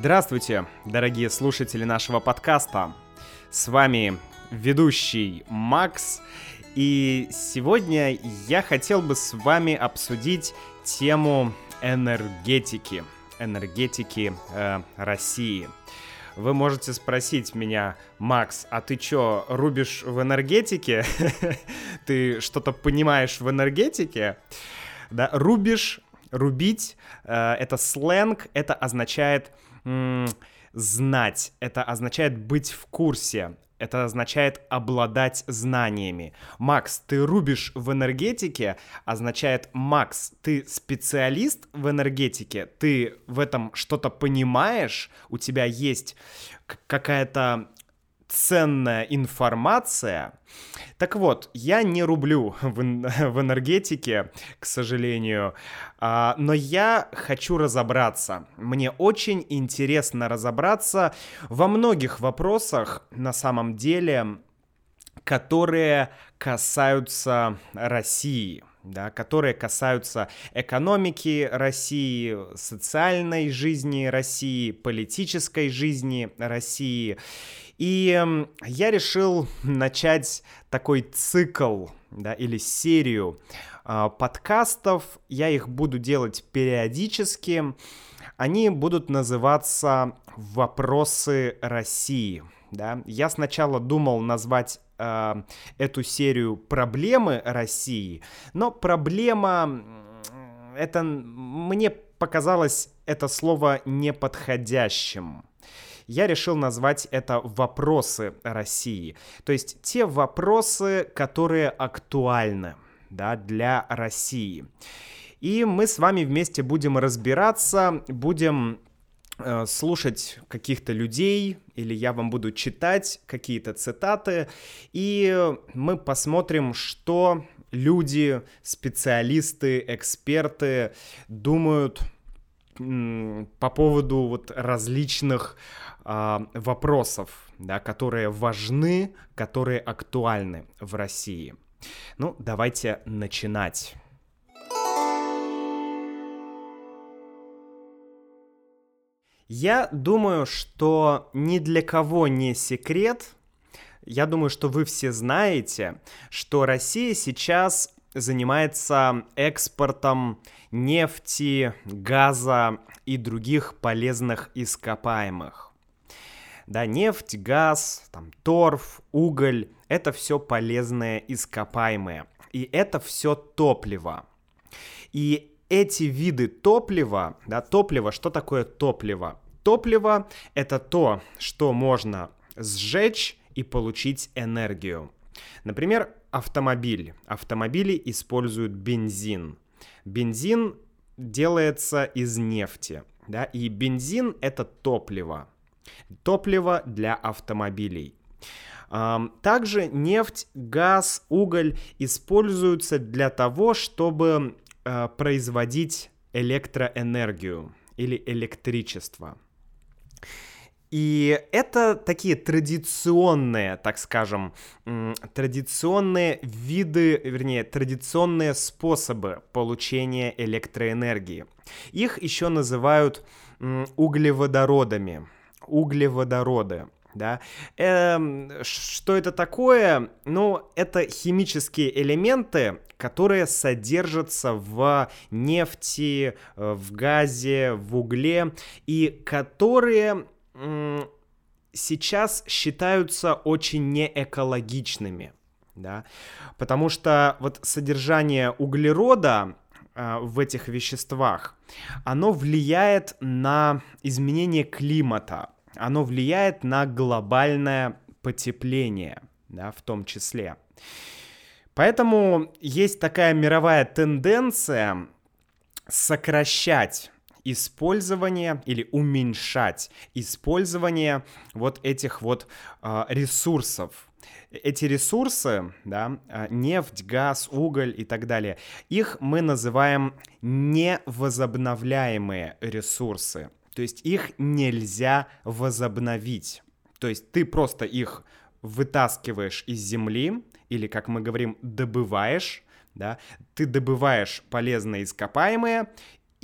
Здравствуйте, дорогие слушатели нашего подкаста. С вами ведущий Макс. И сегодня я хотел бы с вами обсудить тему энергетики России. Вы можете спросить меня: Макс, а ты чё, рубишь в энергетике? Ты что-то понимаешь в энергетике? Да, рубишь, рубить, это сленг, это означает знать, это означает быть в курсе, это означает обладать знаниями. Макс, ты рубишь в энергетике, означает: Макс, ты специалист в энергетике, ты в этом что-то понимаешь, у тебя есть какая-то ценная информация. Так вот, я не рублю в энергетике, к сожалению, но я хочу разобраться. Мне очень интересно разобраться во многих вопросах, на самом деле, которые касаются России, да, которые касаются экономики России, социальной жизни России, политической жизни России. И я решил начать такой цикл, да, или серию подкастов. Я их буду делать периодически. Они будут называться «Вопросы России». Да? Я сначала думал назвать эту серию «Проблемы России», но проблема, это мне показалось это слово неподходящим. Я решил назвать это «Вопросы России». То есть те вопросы, которые актуальны, да, для России. И мы с вами вместе будем разбираться, будем слушать каких-то людей, или я вам буду читать какие-то цитаты, и мы посмотрим, что люди, специалисты, эксперты думают по поводу вот различных вопросов, да, которые важны, которые актуальны в России. Ну, давайте начинать. Я думаю, что ни для кого не секрет, я думаю, что вы все знаете, что Россия сейчас занимается экспортом нефти, газа и других полезных ископаемых. Да, нефть, газ, там, торф, уголь — это все полезные ископаемые. И это все топливо. И эти виды топлива, да, топливо, что такое топливо? Топливо — это то, что можно сжечь и получить энергию. Например, автомобиль. Автомобили используют бензин. Бензин делается из нефти, да, и бензин — это топливо. Топливо для автомобилей. Также нефть, газ, уголь используются для того, чтобы производить электроэнергию или электричество. И это такие традиционные, так скажем, традиционные виды, вернее, традиционные способы получения электроэнергии. Их еще называют углеводородами. Углеводороды. Да? Что это такое? Ну, это химические элементы, которые содержатся в нефти, в газе, в угле, и которые сейчас считаются очень неэкологичными. Да? Потому что вот содержание углерода в этих веществах, оно влияет на изменение климата. Оно влияет на глобальное потепление, да, в том числе. Поэтому есть такая мировая тенденция сокращать использование или уменьшать использование вот этих вот ресурсов. Эти ресурсы, да, нефть, газ, уголь и так далее, их мы называем невозобновляемые ресурсы. То есть их нельзя возобновить. То есть ты просто их вытаскиваешь из земли, или, как мы говорим, добываешь, да, ты добываешь полезные ископаемые,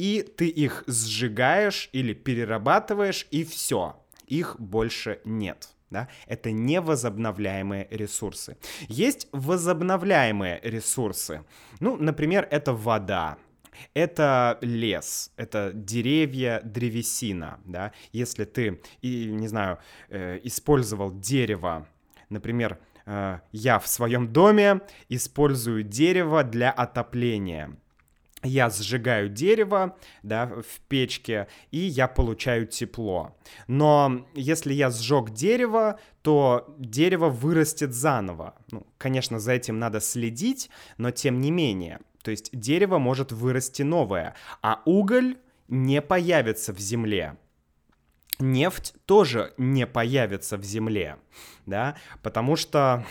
и ты их сжигаешь или перерабатываешь, и все, их больше нет. Да? Это невозобновляемые ресурсы. Есть возобновляемые ресурсы. Ну, например, это вода. Это лес, это деревья, древесина, да. Если ты, не знаю, использовал дерево, например, я в своем доме использую дерево для отопления. Я сжигаю дерево, да, в печке, и я получаю тепло. Но если я сжег дерево, то дерево вырастет заново. Ну, конечно, за этим надо следить, но тем не менее. То есть дерево может вырасти новое, а уголь не появится в земле. Нефть тоже не появится в земле, да, потому что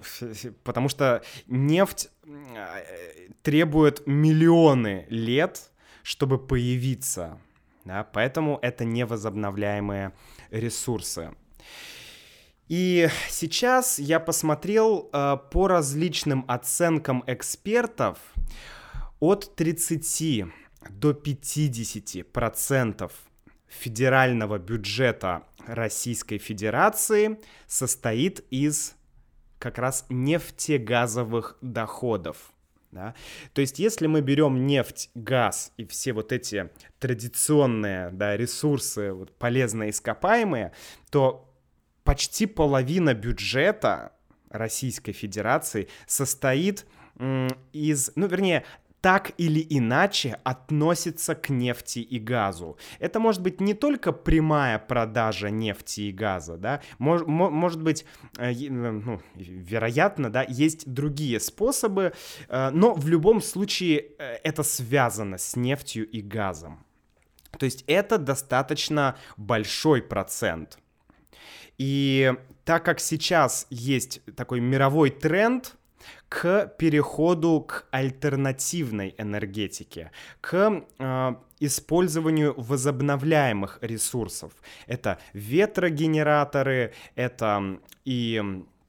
нефть требует миллионы лет, чтобы появиться, да, поэтому это невозобновляемые ресурсы. И сейчас я посмотрел по различным оценкам экспертов, от 30 до 50% федерального бюджета Российской Федерации состоит из как раз нефтегазовых доходов. Да? То есть если мы берем нефть, газ и все вот эти традиционные, да, ресурсы, вот, полезные ископаемые, то почти половина бюджета Российской Федерации состоит из, так или иначе относится к нефти и газу. Это может быть не только прямая продажа нефти и газа, да, может быть, вероятно, да, есть другие способы, но в любом случае это связано с нефтью и газом. То есть это достаточно большой процент. И так как сейчас есть такой мировой тренд к переходу к альтернативной энергетике, к использованию возобновляемых ресурсов. Это ветрогенераторы, это и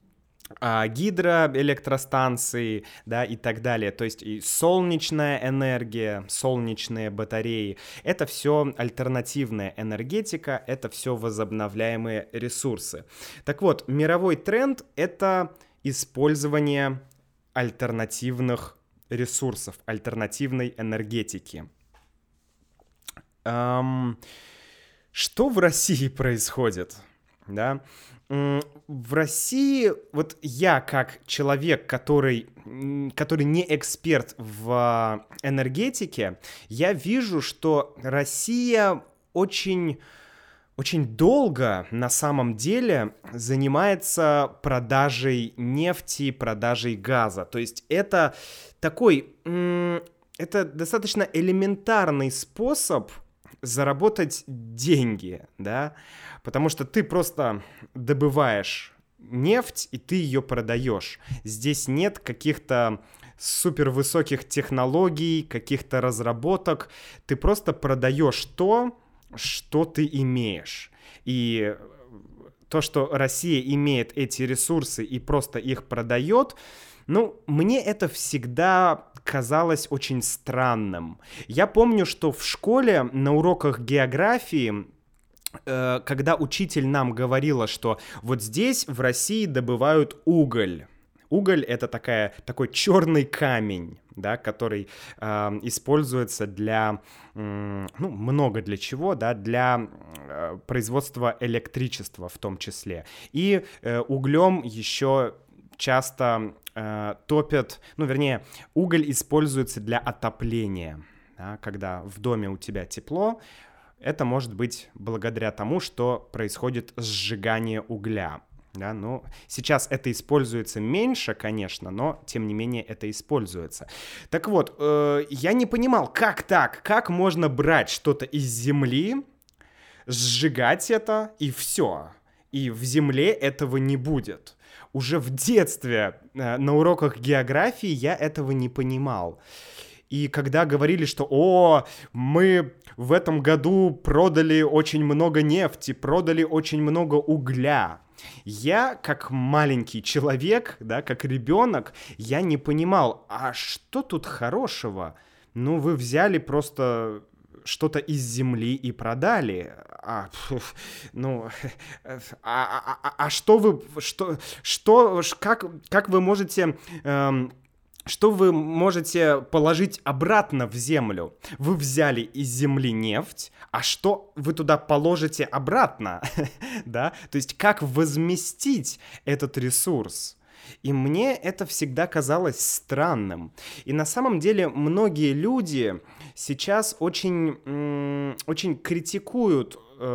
гидроэлектростанции, да, и так далее. То есть и солнечная энергия, солнечные батареи. Это все альтернативная энергетика, это все возобновляемые ресурсы. Так вот, мировой тренд — это использование альтернативных ресурсов, альтернативной энергетики. Что в России происходит? Да? В России, вот я как человек, который не эксперт в энергетике, я вижу, что Россия очень долго на самом деле занимается продажей нефти, продажей газа. То есть это достаточно элементарный способ заработать деньги, да, потому что ты просто добываешь нефть, и ты ее продаешь. Здесь нет каких-то супервысоких технологий, каких-то разработок. Ты просто продаешь то, что ты имеешь. И то, что Россия имеет эти ресурсы и просто их продает, мне это всегда казалось очень странным. Я помню, что в школе на уроках географии, когда учитель нам говорила, что вот здесь в России добывают уголь. Уголь — это такой черный камень, да, который используется для, много для чего, да, для производства электричества в том числе. И углем еще часто топят, уголь используется для отопления, да, когда в доме у тебя тепло. Это может быть благодаря тому, что происходит сжигание угля. Да, сейчас это используется меньше, конечно, но тем не менее это используется. Так вот, я не понимал, как так? Как можно брать что-то из земли, сжигать это и все? И в земле этого не будет. Уже в детстве на уроках географии я этого не понимал. И когда говорили, что мы в этом году продали очень много нефти, продали очень много угля, я, как маленький человек, да, как ребенок, я не понимал, а что тут хорошего? Вы взяли просто что-то из земли и продали. Как вы можете... Что вы можете положить обратно в землю? Вы взяли из земли нефть, а что вы туда положите обратно? Да? То есть как возместить этот ресурс? И мне это всегда казалось странным. И на самом деле многие люди сейчас очень критикуют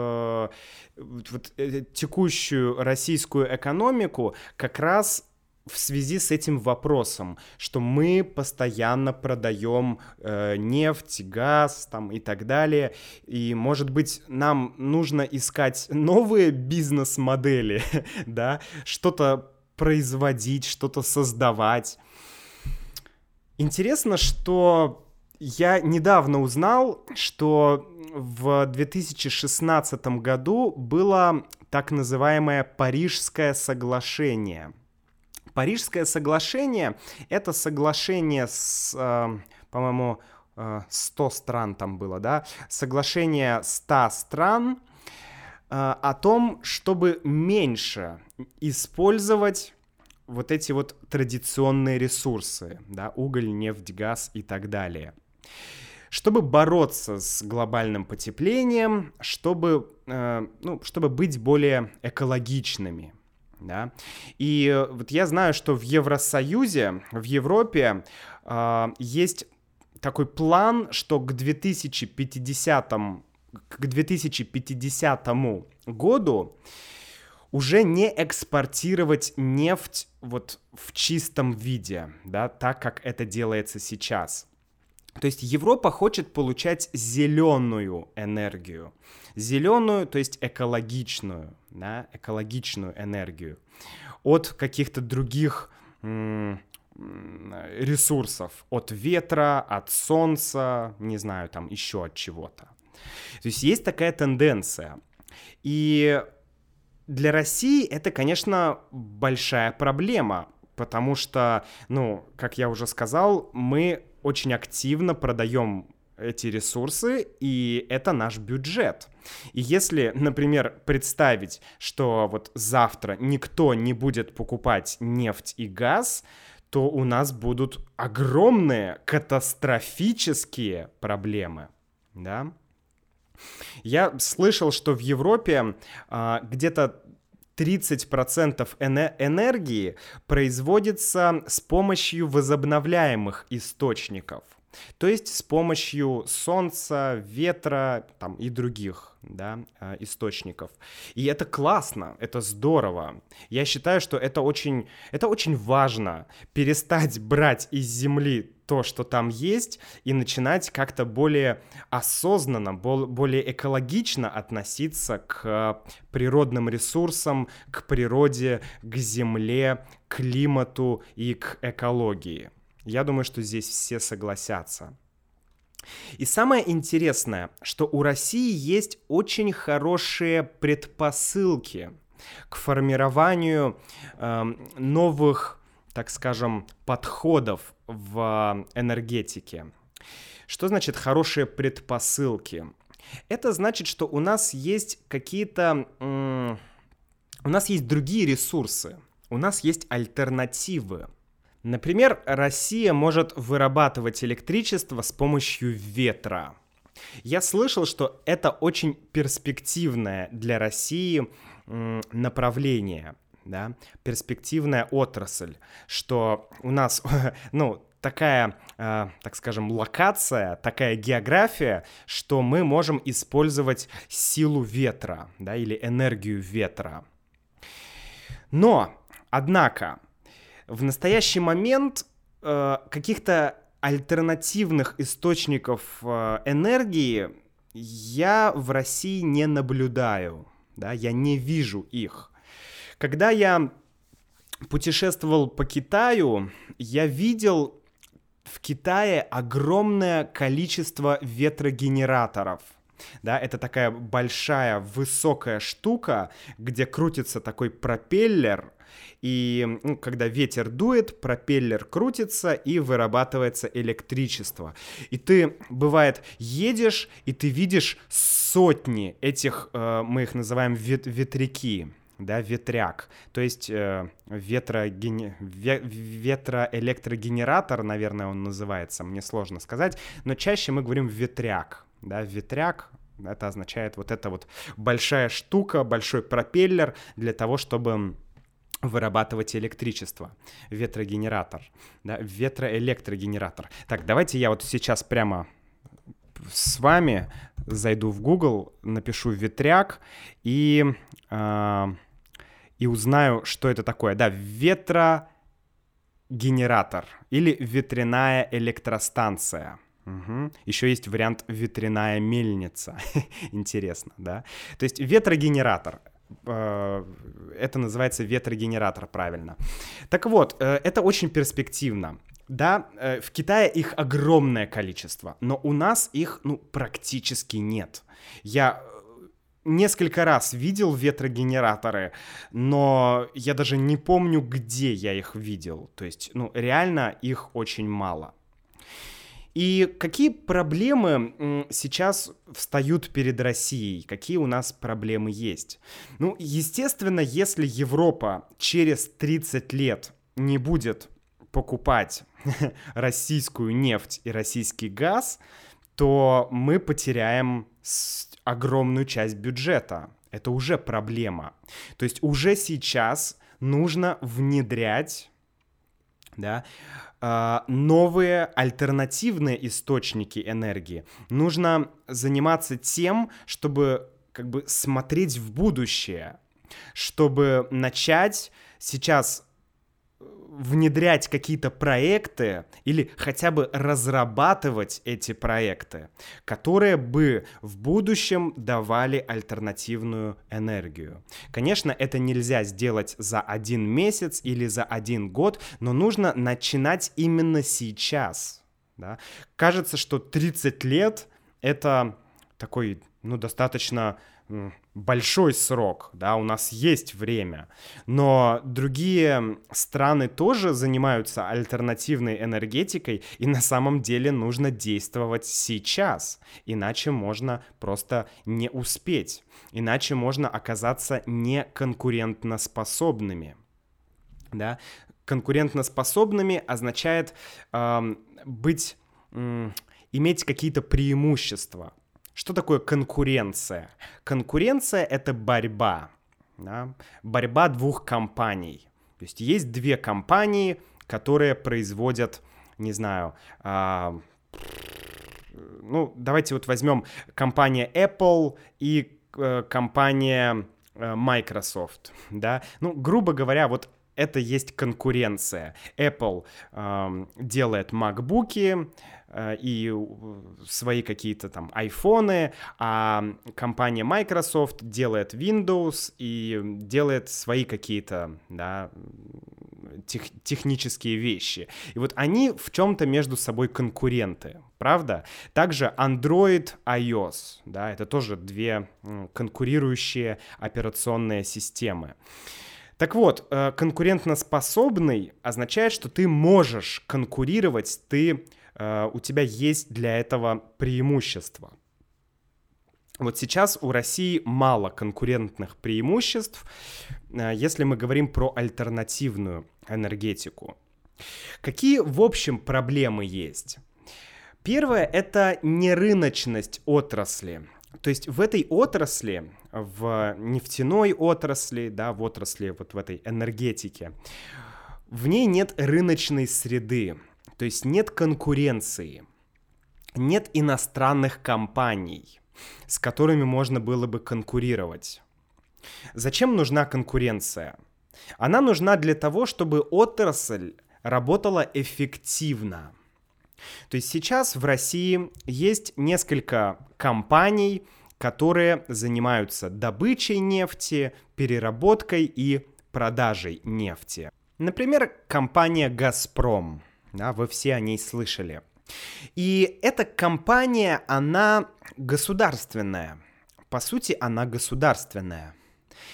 текущую российскую экономику как раз в связи с этим вопросом, что мы постоянно продаем нефть, газ там, и так далее, и, может быть, нам нужно искать новые бизнес-модели, да, что-то производить, что-то создавать. Интересно, что я недавно узнал, что в 2016 году было так называемое Парижское соглашение. Парижское соглашение — это соглашение с, по-моему, 100 стран там было, да? Соглашение 100 стран о том, чтобы меньше использовать вот эти вот традиционные ресурсы, да? Уголь, нефть, газ и так далее. Чтобы бороться с глобальным потеплением, чтобы быть более экологичными. Да? И вот я знаю, что в Евросоюзе, в Европе есть такой план, что к 2050 году уже не экспортировать нефть вот в чистом виде, да, так как это делается сейчас. То есть Европа хочет получать зеленую энергию. Зеленую, то есть экологичную, да, экологичную энергию от каких-то других ресурсов, от ветра, от солнца, не знаю, там еще от чего-то. То есть есть такая тенденция. И для России это, конечно, большая проблема, потому что, как я уже сказал, мы очень активно продаем эти ресурсы, и это наш бюджет. И если, например, представить, что вот завтра никто не будет покупать нефть и газ, то у нас будут огромные катастрофические проблемы, да? Я слышал, что в Европе где-то 30% энергии производится с помощью возобновляемых источников. То есть с помощью солнца, ветра там, и других, да, источников. И это классно, это здорово. Я считаю, что это очень важно перестать брать из земли то, что там есть, и начинать как-то более осознанно, более экологично относиться к природным ресурсам, к природе, к земле, к климату и к экологии. Я думаю, что здесь все согласятся. И самое интересное, что у России есть очень хорошие предпосылки к формированию новых, так скажем, подходов в энергетике. Что значит хорошие предпосылки? Это значит, что у нас есть у нас есть другие ресурсы, у нас есть альтернативы. Например, Россия может вырабатывать электричество с помощью ветра. Я слышал, что это очень перспективное для России направление, да, перспективная отрасль, что у нас, такая, так скажем, локация, такая география, что мы можем использовать силу ветра, да, или энергию ветра. Однако, в настоящий момент каких-то альтернативных источников энергии я в России не наблюдаю, да, я не вижу их. Когда я путешествовал по Китаю, я видел в Китае огромное количество ветрогенераторов. Да, это такая большая, высокая штука, где крутится такой пропеллер, И когда ветер дует, пропеллер крутится и вырабатывается электричество. И ты, бывает, едешь, и ты видишь сотни этих, мы их называем ветряки, да, ветряк. То есть ветроэлектрогенератор, наверное, он называется, мне сложно сказать, но чаще мы говорим ветряк, да, ветряк. Это означает вот эта вот большая штука, большой пропеллер для того, чтобы вырабатывать электричество. Ветрогенератор, да, ветроэлектрогенератор. Так, давайте я вот сейчас прямо с вами зайду в Google, напишу ветряк и узнаю, что это такое. Да, ветрогенератор или ветряная электростанция. Угу. Еще есть вариант ветряная мельница. Интересно, да? То есть ветрогенератор. Это называется ветрогенератор, правильно. Так вот, это очень перспективно. Да, в Китае их огромное количество, но у нас их, практически нет. Я несколько раз видел ветрогенераторы, но я даже не помню, где я их видел. То есть, реально их очень мало. И какие проблемы сейчас встают перед Россией? Какие у нас проблемы есть? Естественно, если Европа через 30 лет не будет покупать российскую нефть и российский газ, то мы потеряем огромную часть бюджета. Это уже проблема. То есть уже сейчас нужно внедрять, да, новые альтернативные источники энергии. Нужно заниматься тем, чтобы смотреть в будущее, чтобы начать сейчас внедрять какие-то проекты или хотя бы разрабатывать эти проекты, которые бы в будущем давали альтернативную энергию. Конечно, это нельзя сделать за 1 месяц или за 1 год, но нужно начинать именно сейчас. Да? Кажется, что 30 лет — это такой, достаточно большой срок, да, у нас есть время, но другие страны тоже занимаются альтернативной энергетикой, и на самом деле нужно действовать сейчас, иначе можно просто не успеть, иначе можно оказаться неконкурентоспособными, да, конкурентоспособными означает иметь какие-то преимущества. Что такое конкуренция? Конкуренция — это борьба. Да? Борьба 2 компаний. То есть есть 2 компании, которые производят, не знаю, давайте вот возьмем компания Apple и компания Microsoft. Да? Грубо говоря, вот это есть конкуренция. Apple делает MacBook'и и свои какие-то там айфоны, а компания Microsoft делает Windows и делает свои какие-то, да, технические вещи. И вот они в чем-то между собой конкуренты, правда? Также Android, iOS, да, это тоже 2 конкурирующие операционные системы. Так вот, конкурентоспособный означает, что ты можешь конкурировать, у тебя есть для этого преимущества. Вот сейчас у России мало конкурентных преимуществ, если мы говорим про альтернативную энергетику. Какие, в общем, проблемы есть? Первое — это нерыночность отрасли. То есть в этой отрасли, в нефтяной отрасли, да, в отрасли вот в этой энергетике, в ней нет рыночной среды, то есть нет конкуренции, нет иностранных компаний, с которыми можно было бы конкурировать. Зачем нужна конкуренция? Она нужна для того, чтобы отрасль работала эффективно. То есть сейчас в России есть несколько компаний, которые занимаются добычей нефти, переработкой и продажей нефти. Например, компания «Газпром». Да, вы все о ней слышали. И эта компания, она государственная. По сути, она государственная.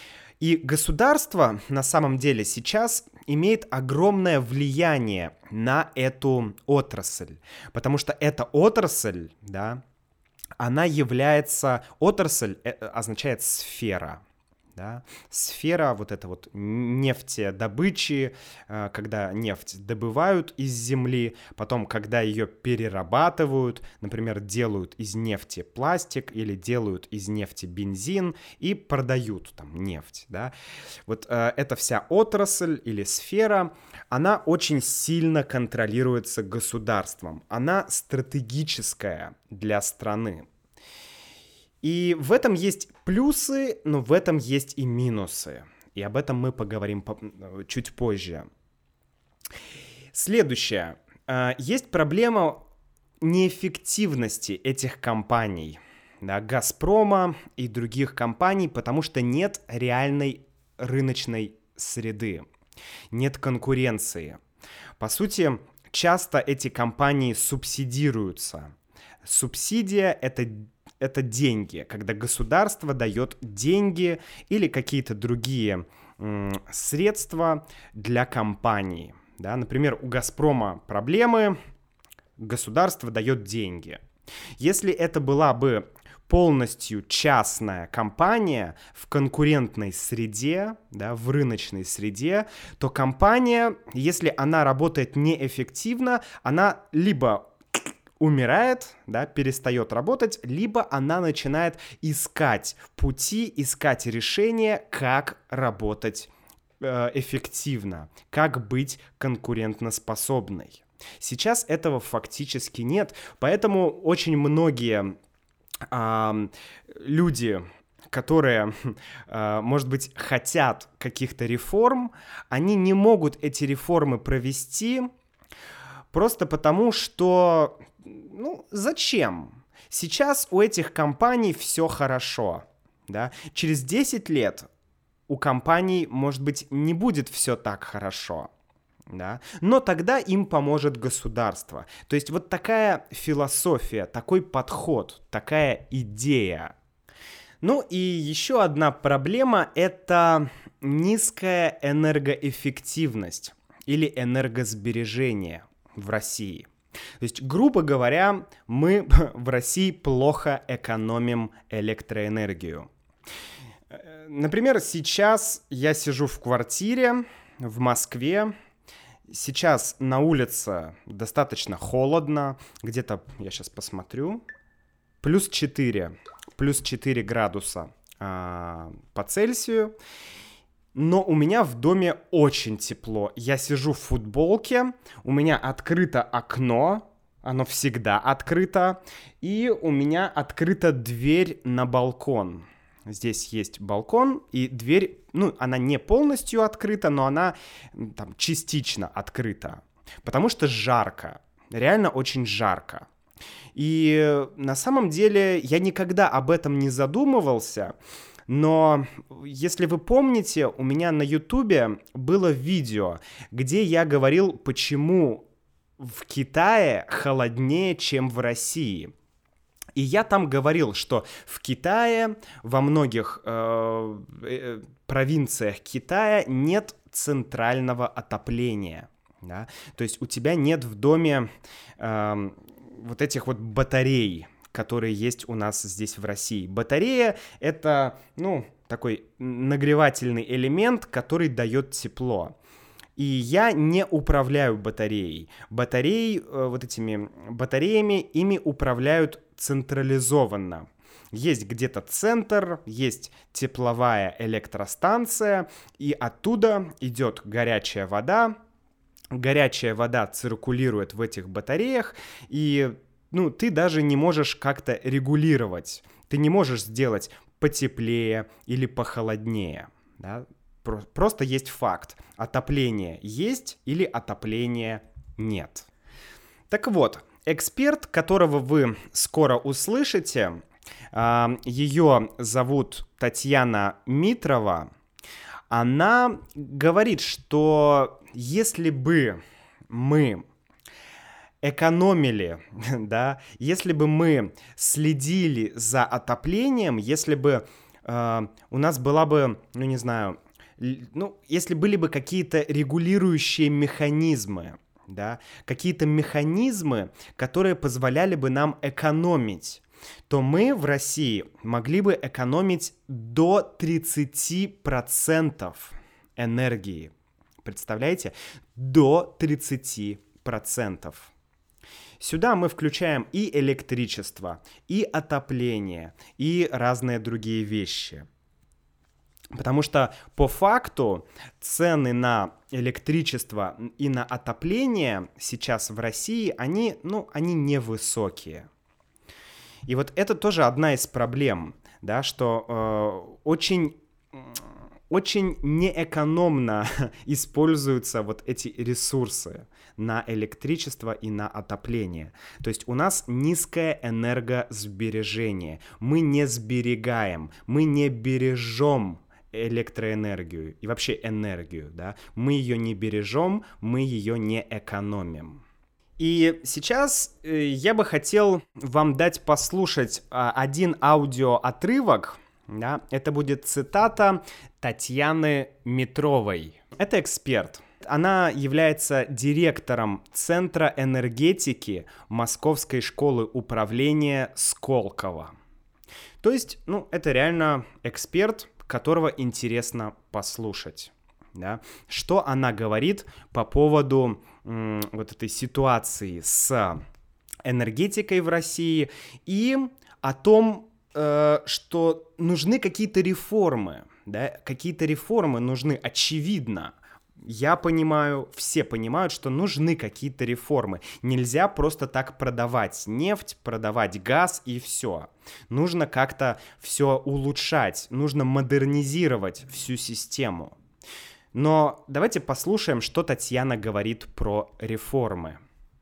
И государство на самом деле сейчас имеет огромное влияние на эту отрасль, потому что эта отрасль, да, она является... Отрасль означает сфера. Да? Сфера вот эта вот нефтедобычи, когда нефть добывают из земли, потом, когда ее перерабатывают, например, делают из нефти пластик или делают из нефти бензин и продают там нефть. Да? Вот эта вся отрасль или сфера, она очень сильно контролируется государством. Она стратегическая для страны. И в этом есть плюсы, но в этом есть и минусы. И об этом мы поговорим чуть позже. Следующее. Есть проблема неэффективности этих компаний, да, «Газпрома» и других компаний, потому что нет реальной рыночной среды, нет конкуренции. По сути, часто эти компании субсидируются. Субсидия — это деньги, когда государство дает деньги или какие-то другие средства для компании. Да? Например, у «Газпрома» проблемы, государство дает деньги. Если это была бы полностью частная компания в конкурентной среде, да, в рыночной среде, то компания, если она работает неэффективно, она либо умирает, да, перестает работать, либо она начинает искать пути, искать решения, как работать эффективно, как быть конкурентоспособной. Сейчас этого фактически нет, поэтому очень многие люди, которые, может быть, хотят каких-то реформ, они не могут эти реформы провести просто потому, что, зачем? Сейчас у этих компаний все хорошо, да? Через 10 лет у компаний, может быть, не будет все так хорошо, да? Но тогда им поможет государство. То есть вот такая философия, такой подход, такая идея. Ну и еще одна проблема — это низкая энергоэффективность или энергосбережение в России. То есть, грубо говоря, мы в России плохо экономим электроэнергию. Например, сейчас я сижу в квартире в Москве. Сейчас на улице достаточно холодно. Где-то, я сейчас посмотрю, плюс 4 градуса по Цельсию. Но у меня в доме очень тепло. Я сижу в футболке, у меня открыто окно, оно всегда открыто, и у меня открыта дверь на балкон. Здесь есть балкон, и дверь, она не полностью открыта, но она там частично открыта, потому что жарко, реально очень жарко. И на самом деле я никогда об этом не задумывался, но если вы помните, у меня на Ютубе было видео, где я говорил, почему в Китае холоднее, чем в России. И я там говорил, что в Китае, во многих провинциях Китая нет центрального отопления. Да? То есть у тебя нет в доме вот этих вот батарей, которые есть у нас здесь в России. Батарея — это, такой нагревательный элемент, который дает тепло. И я не управляю батареей. Батареями, ими управляют централизованно. Есть где-то центр, есть тепловая электростанция, и оттуда идет горячая вода. Горячая вода циркулирует в этих батареях, и ты даже не можешь как-то регулировать. Ты не можешь сделать потеплее или похолоднее. Да? Просто есть факт. Отопление есть или отопления нет. Так вот, эксперт, которого вы скоро услышите, ее зовут Татьяна Митрова, она говорит, что если бы мы экономили, да, если бы мы следили за отоплением, если бы у нас была бы, ну не знаю, если были бы какие-то регулирующие механизмы, да, какие-то механизмы, которые позволяли бы нам экономить, то мы в России могли бы экономить до 30% энергии. Представляете? До 30%. Сюда мы включаем и электричество, и отопление, и разные другие вещи. Потому что по факту цены на электричество и на отопление сейчас в России, они невысокие. И вот это тоже одна из проблем, да, что очень неэкономно используются вот эти ресурсы на электричество и на отопление. То есть у нас низкое энергосбережение. Мы не сберегаем, мы не бережем электроэнергию и вообще энергию, да. Мы ее не бережем, мы ее не экономим. И сейчас я бы хотел вам дать послушать один аудиоотрывок. Да? Это будет цитата Татьяны Метровой. Это эксперт. Она является директором Центра энергетики Московской школы управления Сколково. То есть, это реально эксперт, которого интересно послушать. Да? Что она говорит по поводу вот этой ситуации с энергетикой в России и о том, что нужны какие-то реформы, да? Какие-то реформы нужны, очевидно. Я понимаю, все понимают, что нужны какие-то реформы. Нельзя просто так продавать нефть, продавать газ и все. Нужно как-то все улучшать, нужно модернизировать всю систему. Но давайте послушаем, что Татьяна говорит про реформы.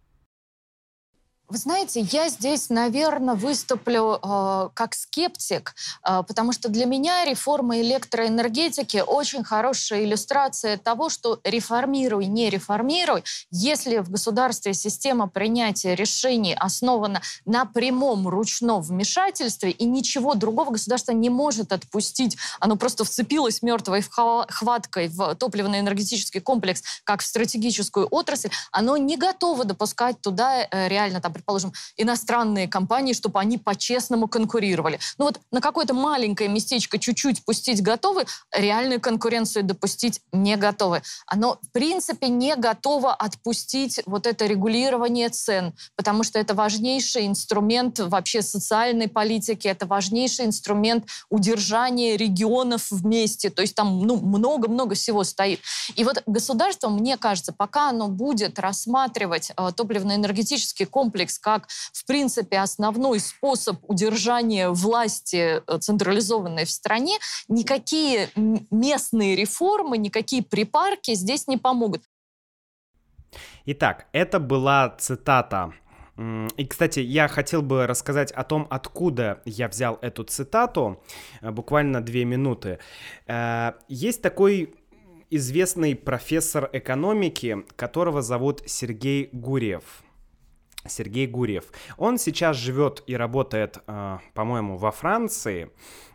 Вы знаете, я здесь, наверное, выступлю как скептик, потому что для меня реформа электроэнергетики очень хорошая иллюстрация того, что реформируй, не реформируй, если в государстве система принятия решений основана на прямом ручном вмешательстве, и ничего другого государство не может отпустить, оно просто вцепилось мертвой хваткой в топливно-энергетический комплекс, как в стратегическую отрасль, оно не готово допускать туда реально, там, предположим, иностранные компании, чтобы они по-честному конкурировали. На какое-то маленькое местечко чуть-чуть пустить готовы, реальную конкуренцию допустить не готовы. Оно, в принципе, не готово отпустить вот это регулирование цен, потому что это важнейший инструмент вообще социальной политики, это важнейший инструмент удержания регионов вместе. То есть там много-много всего стоит. И вот государство, мне кажется, пока оно будет рассматривать топливно-энергетический комплекс как, в принципе, основной способ удержания власти централизованной в стране, никакие местные реформы, никакие припарки здесь не помогут. Итак, это была цитата. И, кстати, я хотел бы рассказать о том, откуда я взял эту цитату. Буквально 2 минуты. Есть такой известный профессор экономики, которого зовут Сергей Гурьев. Сергей Гурьев. Он сейчас живет и работает, по-моему, во Франции.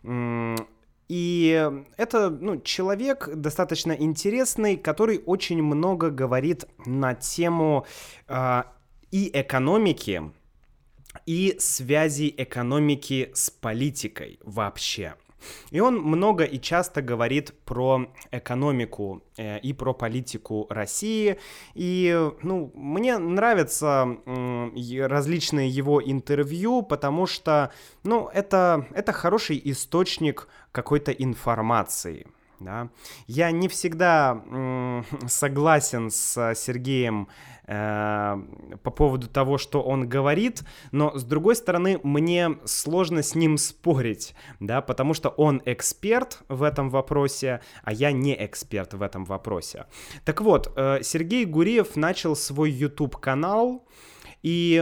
И это человек достаточно интересный, который очень много говорит на тему и экономики, и связи экономики с политикой вообще. И он много и часто говорит про экономику и про политику России. И, мне нравятся различные его интервью, потому что, это хороший источник какой-то информации. Да? Я не всегда согласен с Сергеем по поводу того, что он говорит, но, с другой стороны, мне сложно с ним спорить, да, потому что он эксперт в этом вопросе, а я не эксперт в этом вопросе. Так вот, Сергей Гурьев начал свой YouTube-канал, и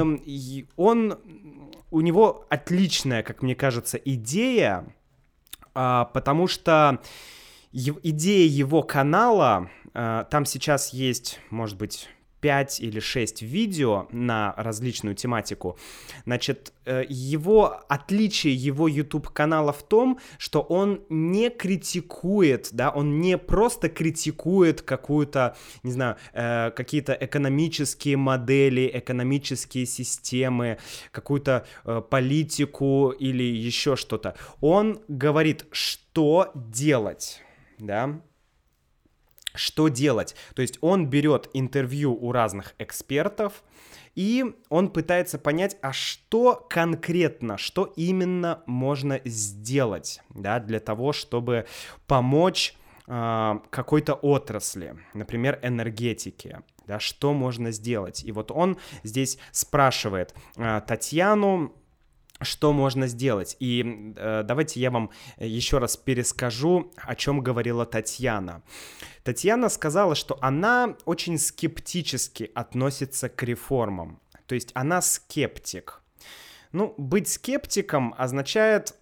у него отличная, как мне кажется, идея, потому что идея его канала, там сейчас есть, может быть, 5 или 6 видео на различную тематику. Значит, отличие его YouTube-канала в том, что он не критикует, да, он не просто критикует какую-то, не знаю, какие-то экономические модели, экономические системы, какую-то политику или еще что-то. Он говорит, что делать, да, что делать. То есть он берет интервью у разных экспертов, и он пытается понять, а что конкретно, что именно можно сделать, да, для того, чтобы помочь какой-то отрасли, например, энергетики. Да, что можно сделать? И вот он здесь спрашивает Татьяну, что можно сделать. И давайте я вам еще раз перескажу, о чем говорила Татьяна. Татьяна сказала, что она очень скептически относится к реформам. То есть она скептик. Ну, быть скептиком означает...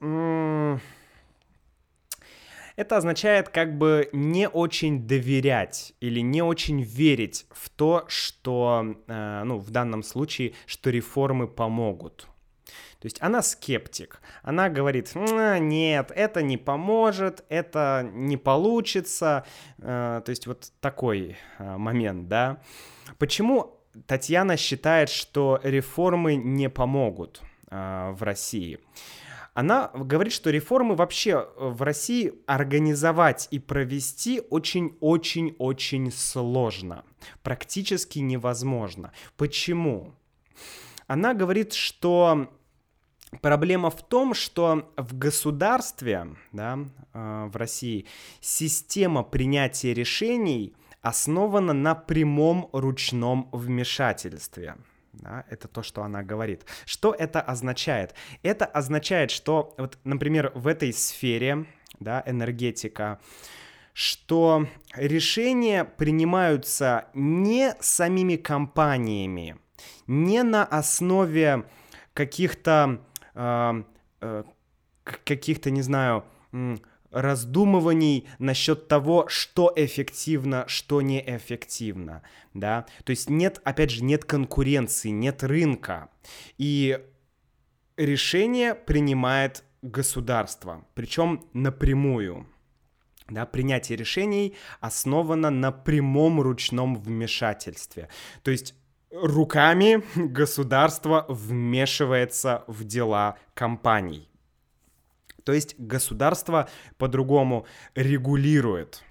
Это означает как бы не очень доверять или не очень верить в то, что, в данном случае, что реформы помогут. То есть она скептик. Она говорит, нет, это не поможет, это не получится. То есть вот такой момент, да. Почему Татьяна считает, что реформы не помогут в России? Она говорит, что реформы вообще в России организовать и провести очень-очень-очень сложно. Практически невозможно. Почему? Она говорит, что проблема в том, что в государстве, да, в России, система принятия решений основана на прямом ручном вмешательстве. Да, это то, что она говорит. Что это означает? Это означает, что, вот, например, в этой сфере, да, энергетика, что решения принимаются не самими компаниями, не на основе каких-то, не знаю, раздумываний насчет того, что эффективно, что неэффективно, да, то есть нет, опять же, нет конкуренции, нет рынка, и решение принимает государство, причем напрямую, да, принятие решений основано на прямом ручном вмешательстве, то есть руками государство вмешивается в дела компаний. То есть государство по-другому регулирует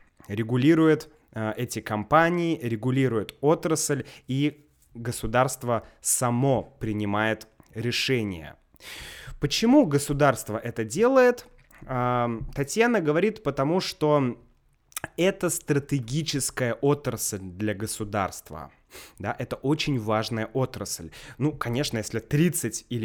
эти компании, регулирует отрасль, и государство само принимает решения. Почему государство это делает? Татьяна говорит, потому что это стратегическая отрасль для государства. Да, это очень важная отрасль. Ну, конечно, если 30 или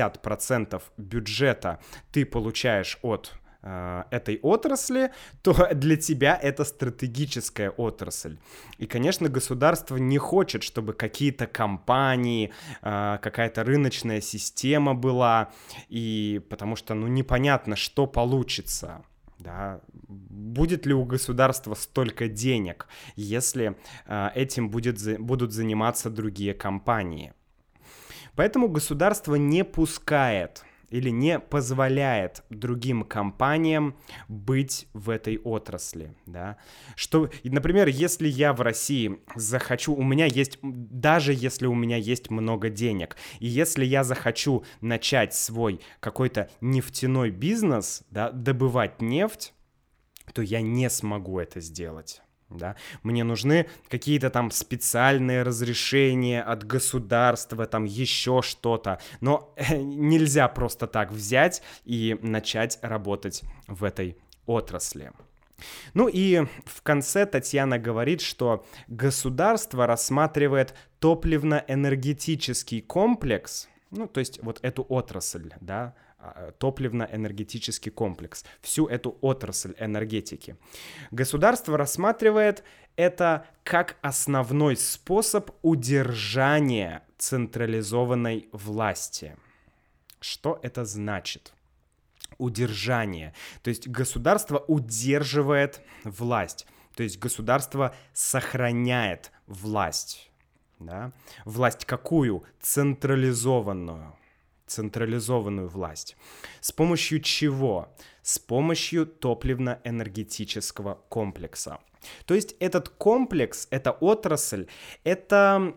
50% бюджета ты получаешь от этой отрасли, то для тебя это стратегическая отрасль. И, конечно, государство не хочет, чтобы какие-то компании, какая-то рыночная система была, и потому что, непонятно, что получится. Да, будет ли у государства столько денег, если этим будут заниматься другие компании? Поэтому государство не пускает или не позволяет другим компаниям быть в этой отрасли. Да? Что, например, если я в России захочу, даже если у меня есть много денег, и если я захочу начать свой какой-то нефтяной бизнес, да, добывать нефть, то я не смогу это сделать. Да? Мне нужны какие-то там специальные разрешения от государства, там еще что-то. Но нельзя просто так взять и начать работать в этой отрасли. Ну и в конце Татьяна говорит, что государство рассматривает топливно-энергетический комплекс, то есть вот эту отрасль, да, топливно-энергетический комплекс, всю эту отрасль энергетики. Государство рассматривает это как основной способ удержания централизованной власти. Что это значит? Удержание. То есть государство удерживает власть. То есть государство сохраняет власть. Да? Власть какую? Централизованную власть. С помощью чего? С помощью топливно-энергетического комплекса. То есть этот комплекс, эта отрасль, это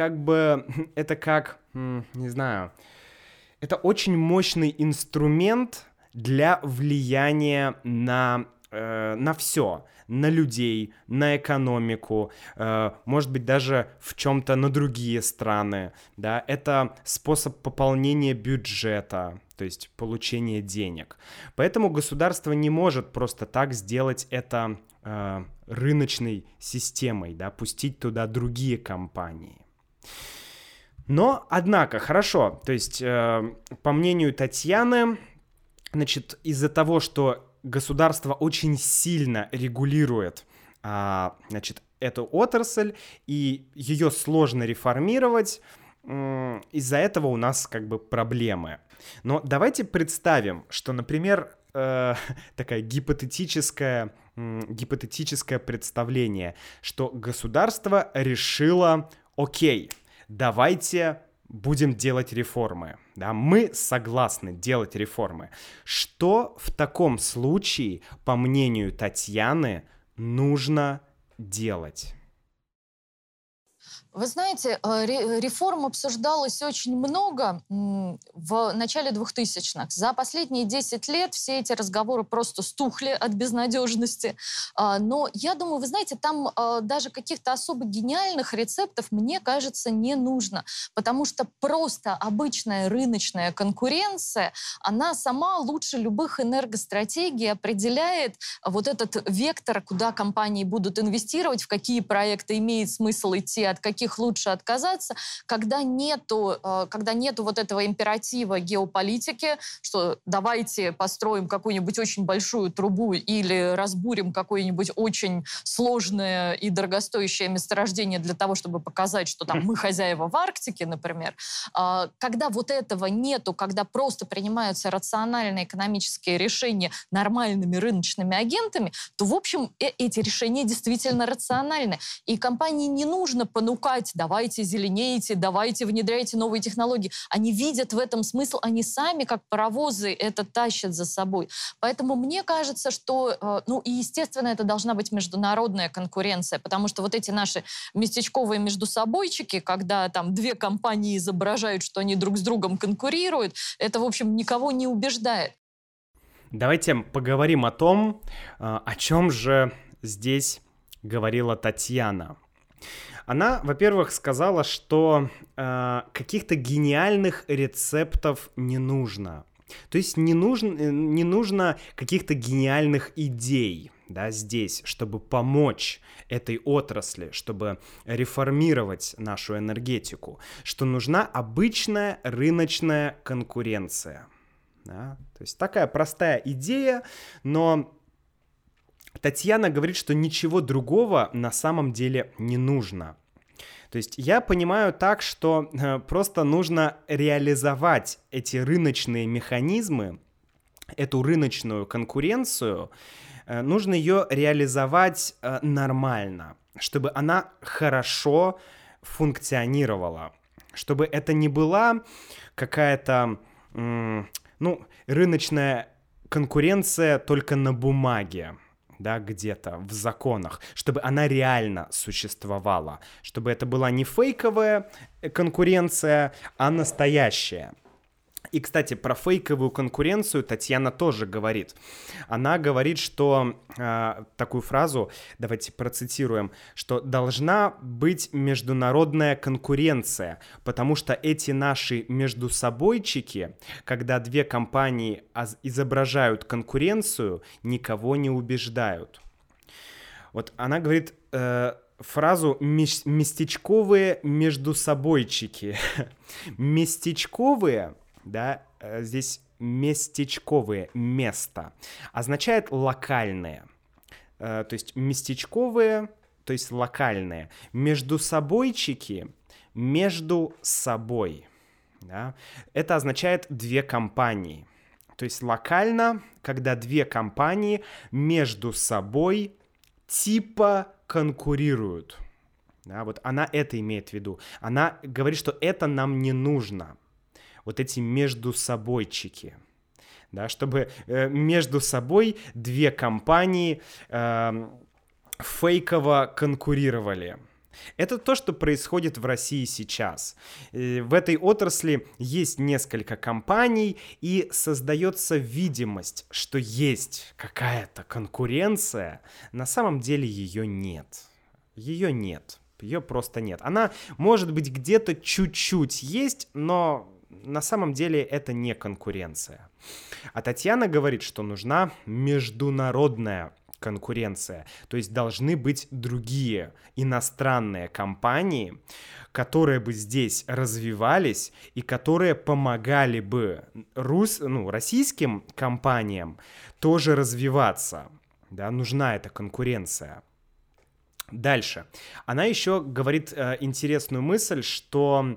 не знаю, это очень мощный инструмент для влияния на все, на людей, на экономику, может быть, даже в чем-то на другие страны, да, это способ пополнения бюджета, то есть получения денег. Поэтому государство не может просто так сделать это рыночной системой, да, пустить туда другие компании. Но, однако, хорошо, то есть, по мнению Татьяны, значит, из-за того, что государство очень сильно регулирует, значит, эту отрасль, и ее сложно реформировать, из-за этого у нас как бы проблемы. Но давайте представим, что, например, такое гипотетическое представление, что государство решило: окей, давайте будем делать реформы. Да, мы согласны делать реформы. Что в таком случае, по мнению Татьяны, нужно делать? Вы знаете, реформ обсуждалось очень много в начале 2000-х. За последние 10 лет все эти разговоры просто стухли от безнадежности. Но я думаю, вы знаете, там даже каких-то особо гениальных рецептов, мне кажется, не нужно. Потому что просто обычная рыночная конкуренция, она сама лучше любых энергостратегий определяет вот этот вектор, куда компании будут инвестировать, в какие проекты имеет смысл идти, от каких лучше отказаться, когда нету вот этого императива геополитики, что давайте построим какую-нибудь очень большую трубу или разбурим какое-нибудь очень сложное и дорогостоящее месторождение для того, чтобы показать, что там мы хозяева в Арктике, например. Когда вот этого нету, когда просто принимаются рациональные экономические решения нормальными рыночными агентами, то, в общем, эти решения действительно рациональны. И компании не нужно понукать: давайте зеленейте, давайте внедряйте новые технологии. Они видят в этом смысл, они сами, как паровозы, это тащат за собой. Поэтому мне кажется, что, и естественно, это должна быть международная конкуренция, потому что вот эти наши местечковые междусобойчики, когда там две компании изображают, что они друг с другом конкурируют, это, в общем, никого не убеждает. Давайте поговорим о том, о чем же здесь говорила Татьяна. Она, во-первых, сказала, что каких-то гениальных рецептов не нужно. То есть не нужно каких-то гениальных идей, да, здесь, чтобы помочь этой отрасли, чтобы реформировать нашу энергетику, что нужна обычная рыночная конкуренция. Да? То есть такая простая идея, но Татьяна говорит, что ничего другого на самом деле не нужно. То есть я понимаю так, что просто нужно реализовать эти рыночные механизмы, эту рыночную конкуренцию, нужно ее реализовать нормально, чтобы она хорошо функционировала, чтобы это не была какая-то, рыночная конкуренция только на бумаге, да, где-то в законах, чтобы она реально существовала, чтобы это была не фейковая конкуренция, а настоящая. И, кстати, про фейковую конкуренцию Татьяна тоже говорит. Она говорит, что такую фразу, давайте процитируем, что должна быть международная конкуренция, потому что эти наши междусобойчики, когда две компании изображают конкуренцию, никого не убеждают. Вот она говорит фразу «местечковые междусобойчики». Местечковые, да, здесь местечковые, место, означает локальные. То есть местечковые, то есть локальные. Междусобойчики, между собой. Да? Это означает две компании. То есть локально, когда две компании между собой типа конкурируют. Да, вот она это имеет в виду. Она говорит, что это нам не нужно. Вот эти междусобойчики. Да, чтобы между собой две компании фейково конкурировали. Это то, что происходит в России сейчас. В этой отрасли есть несколько компаний, и создается видимость, что есть какая-то конкуренция. На самом деле ее нет. Ее нет. Ее просто нет. Она, может быть, где-то чуть-чуть есть, но на самом деле это не конкуренция. А Татьяна говорит, что нужна международная конкуренция. То есть должны быть другие иностранные компании, которые бы здесь развивались и которые помогали бы российским компаниям тоже развиваться. Да, нужна эта конкуренция. Дальше. Она еще говорит интересную мысль, что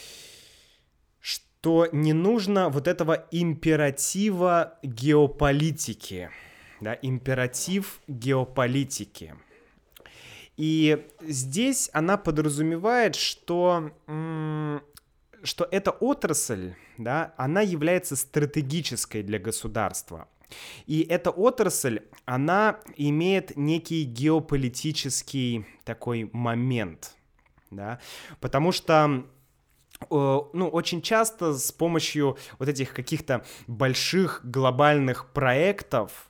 не нужно вот этого императива геополитики. Да, императив геополитики. И здесь она подразумевает, что эта отрасль, да, она является стратегической для государства. И эта отрасль, она имеет некий геополитический такой момент, да, потому что очень часто с помощью вот этих каких-то больших глобальных проектов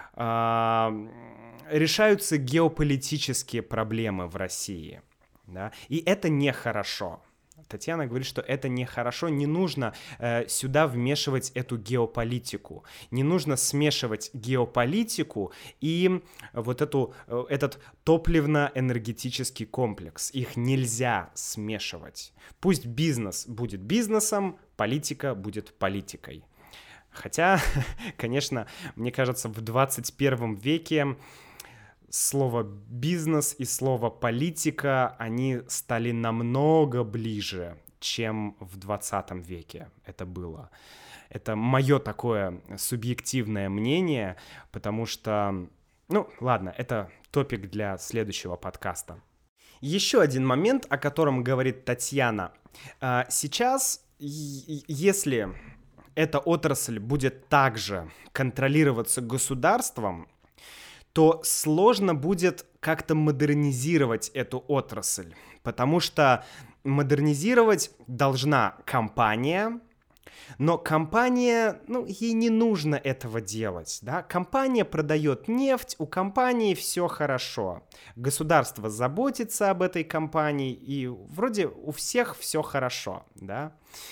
решаются геополитические проблемы в России, да, и это нехорошо. Татьяна говорит, что это нехорошо, не нужно сюда вмешивать эту геополитику, не нужно смешивать геополитику и вот этот топливно-энергетический комплекс. Их нельзя смешивать. Пусть бизнес будет бизнесом, политика будет политикой. Хотя, конечно, мне кажется, в 21 веке слово «бизнес» и слово «политика», они стали намного ближе, чем в 20 веке это было. Это мое такое субъективное мнение, потому что, ладно, это топик для следующего подкаста. Еще один момент, о котором говорит Татьяна. Сейчас, если эта отрасль будет также контролироваться государством, то сложно будет как-то модернизировать эту отрасль, потому что модернизировать должна компания, но компания, ей не нужно этого делать, да? Компания продает нефть, у компании все хорошо. Государство заботится об этой компании, и вроде у всех все хорошо, да?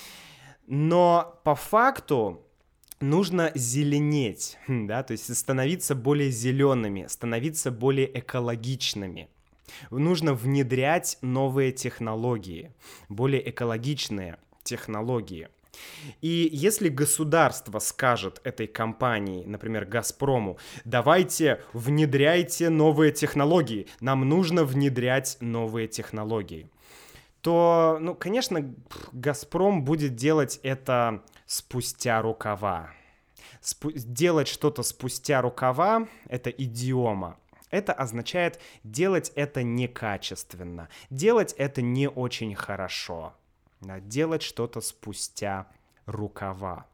Но по факту нужно зеленеть, да, то есть становиться более зелеными, становиться более экологичными. Нужно внедрять новые технологии, более экологичные технологии. И если государство скажет этой компании, например, «Газпрому», давайте внедряйте новые технологии, нам нужно внедрять новые технологии, то, конечно, «Газпром» будет делать это спустя рукава. Делать что-то спустя рукава — это идиома. Это означает делать это некачественно, делать это не очень хорошо. Да, делать что-то спустя рукава.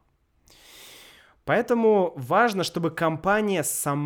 Поэтому важно, чтобы компания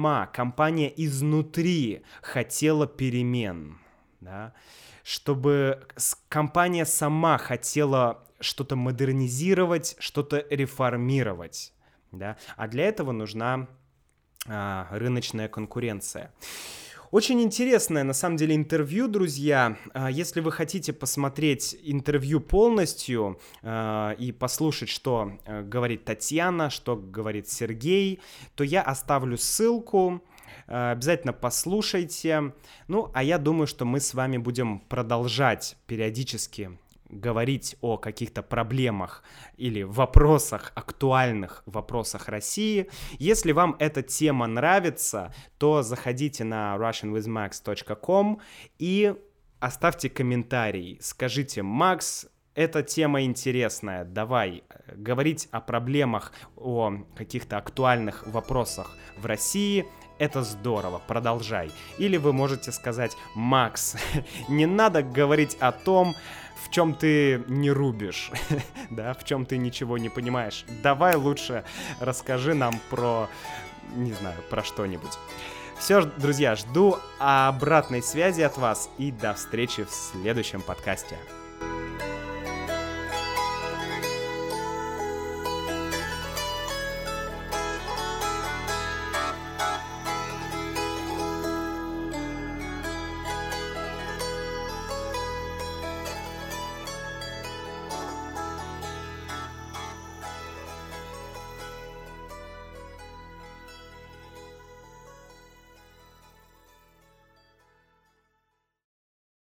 изнутри хотела перемен, да? Чтобы компания сама хотела что-то модернизировать, что-то реформировать, да? А для этого нужна рыночная конкуренция. Очень интересное, на самом деле, интервью, друзья. Если вы хотите посмотреть интервью полностью и послушать, что говорит Татьяна, что говорит Сергей, то я оставлю ссылку. Обязательно послушайте. А я думаю, что мы с вами будем продолжать периодически говорить о каких-то проблемах или вопросах, актуальных вопросах России. Если вам эта тема нравится, то заходите на russianwithmax.com и оставьте комментарий. Скажите: «Макс, эта тема интересная, давай говорить о проблемах, о каких-то актуальных вопросах в России. это здорово, продолжай. Или вы можете сказать: Макс, не надо говорить о том, в чем ты не рубишь, да, в чем ты ничего не понимаешь. Давай лучше расскажи нам про, не знаю, про что-нибудь. Все, друзья, жду обратной связи от вас и до встречи в следующем подкасте.